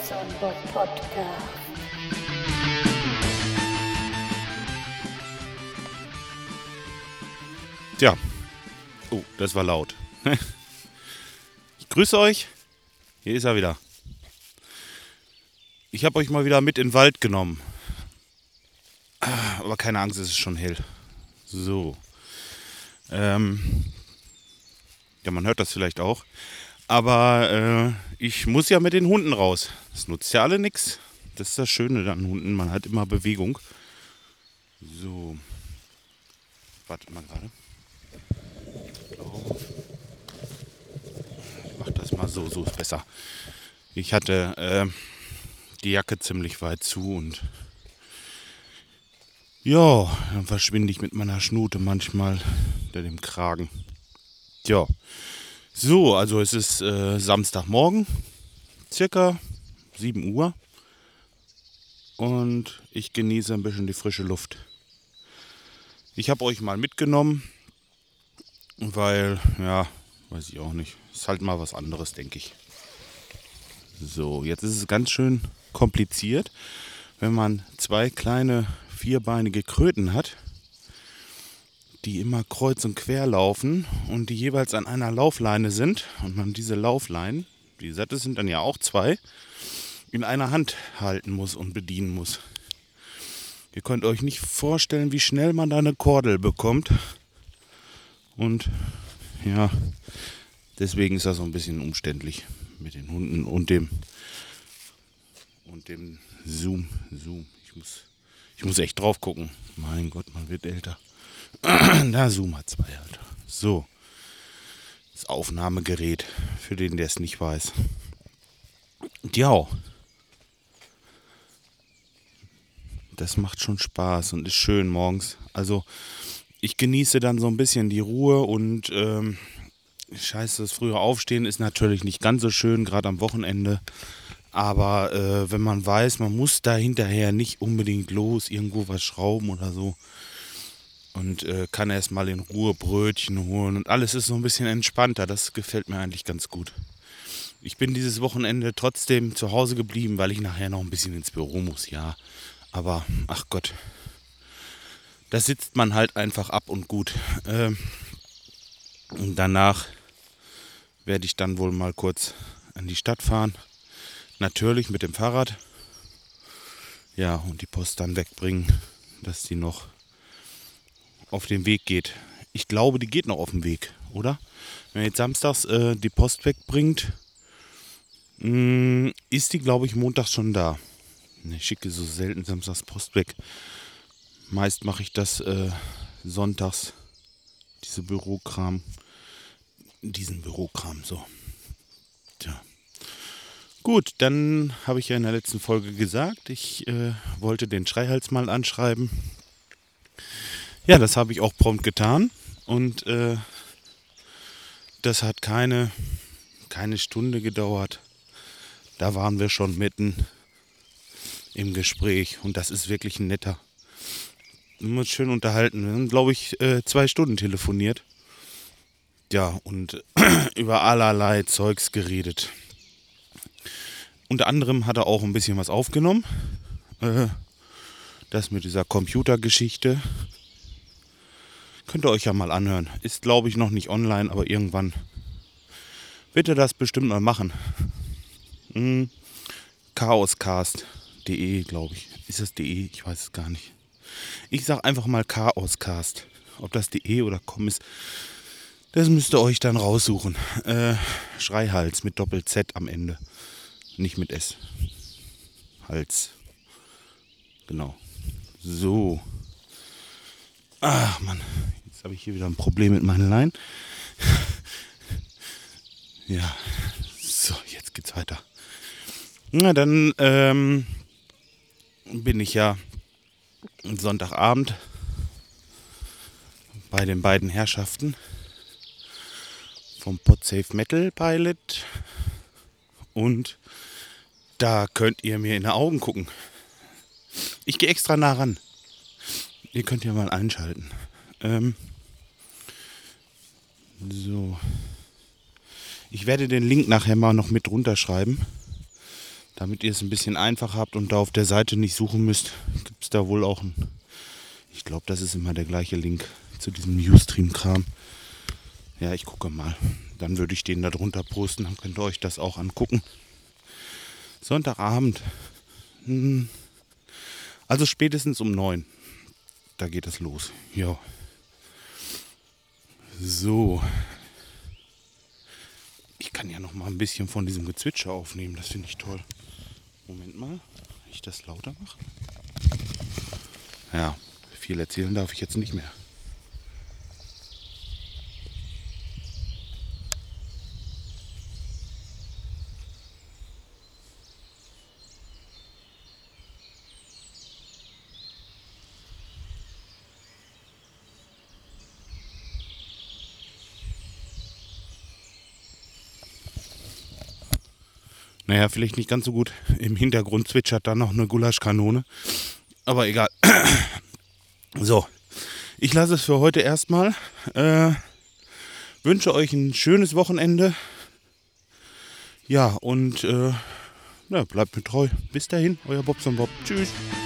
Sonntag Podcast. Tja, oh, das war laut. Ich grüße euch. Hier ist er wieder. Ich habe euch mal wieder mit in den Wald genommen. Aber keine Angst, es ist schon hell. So. Ja, man hört das vielleicht auch. Aber ich muss ja mit den Hunden raus. Das nutzt ja alle nichts. Das ist das Schöne an Hunden. Man hat immer Bewegung. So. Wartet mal gerade. Ich mach das mal so. So ist besser. Ich hatte die Jacke ziemlich weit zu und ja, dann verschwinde ich mit meiner Schnute manchmal unter dem Kragen. Ja, so, also es ist Samstagmorgen, circa 7 Uhr und ich genieße ein bisschen die frische Luft. Ich habe euch mal mitgenommen, weil, ja, weiß ich auch nicht, ist halt mal was anderes, denke ich. So, jetzt ist es ganz schön kompliziert, wenn man 2 kleine vierbeinige Kröten hat, die immer kreuz und quer laufen und die jeweils an einer Laufleine sind und man diese Laufleinen, wie gesagt, es sind dann ja auch 2, in einer Hand halten muss und bedienen muss. Ihr könnt euch nicht vorstellen, wie schnell man da eine Kordel bekommt. Und ja, deswegen ist das so ein bisschen umständlich mit den Hunden und dem Zoom. Ich muss echt drauf gucken. Mein Gott, man wird älter. Da Zoom hat 2, Alter. So. Das Aufnahmegerät, für den, der es nicht weiß. Ja. Das macht schon Spaß und ist schön morgens. Also, ich genieße dann so ein bisschen die Ruhe und scheiße, das frühe Aufstehen ist natürlich nicht ganz so schön, gerade am Wochenende. Aber wenn man weiß, man muss da hinterher nicht unbedingt los, irgendwo was schrauben oder so. Und kann erst mal in Ruhe Brötchen holen. Und alles ist so ein bisschen entspannter. Das gefällt mir eigentlich ganz gut. Ich bin dieses Wochenende trotzdem zu Hause geblieben, weil ich nachher noch ein bisschen ins Büro muss, ja. Aber, ach Gott, da sitzt man halt einfach ab und gut. Und danach werde ich dann wohl mal kurz an die Stadt fahren. Natürlich mit dem Fahrrad. Ja, und die Post dann wegbringen, dass die noch auf den Weg geht. Ich glaube, die geht noch auf dem Weg, oder? Wenn man jetzt samstags die Post wegbringt, ist die, glaube ich, montags schon da. Ich schicke so selten samstags Post weg. Meist mache ich das sonntags, diesen Bürokram, so. Tja. Gut, dann habe ich ja in der letzten Folge gesagt, ich wollte den Schreihals mal anschreiben. Ja, das habe ich auch prompt getan und das hat keine Stunde gedauert. Da waren wir schon mitten im Gespräch und das ist wirklich ein netter. Wir haben uns schön unterhalten. Wir haben, glaube ich, 2 Stunden telefoniert. Ja, und über allerlei Zeugs geredet. Unter anderem hat er auch ein bisschen was aufgenommen. Das mit dieser Computergeschichte. Könnt ihr euch ja mal anhören. Ist, glaube ich, noch nicht online, aber irgendwann wird er das bestimmt mal machen. Chaoscast.de, glaube ich. Ist das .de? Ich weiß es gar nicht. Ich sage einfach mal Chaoscast. Ob das .de oder .com ist, das müsst ihr euch dann raussuchen. Schreihals mit Doppel-Z am Ende. Nicht mit S. Hals. Genau. So. Ach Mann, jetzt habe ich hier wieder ein Problem mit meinen Leinen. Ja, so, jetzt geht's weiter. Na, dann bin ich ja Sonntagabend bei den beiden Herrschaften vom Podsafe Metal Pilot und da könnt ihr mir in die Augen gucken. Ich gehe extra nah ran. Ihr könnt ja mal einschalten. So. Ich werde den Link nachher mal noch mit runterschreiben. Damit ihr es ein bisschen einfacher habt und da auf der Seite nicht suchen müsst, gibt es da wohl auch ein... Ich glaube, das ist immer der gleiche Link zu diesem Ustream-Kram. Ja, ich gucke mal. Dann würde ich den da drunter posten, dann könnt ihr euch das auch angucken. Sonntagabend. Also spätestens um 9. Da geht es los. Ja. So. Ich kann ja noch mal ein bisschen von diesem Gezwitscher aufnehmen. Das finde ich toll. Moment mal. Wenn ich das lauter mache. Ja, viel erzählen darf ich jetzt nicht mehr. Naja, vielleicht nicht ganz so gut. Im Hintergrund zwitschert dann noch eine Gulaschkanone. Aber egal. So, ich lasse es für heute erstmal. Wünsche euch ein schönes Wochenende. Ja, und bleibt mir treu. Bis dahin, euer Bobson Bob. Tschüss.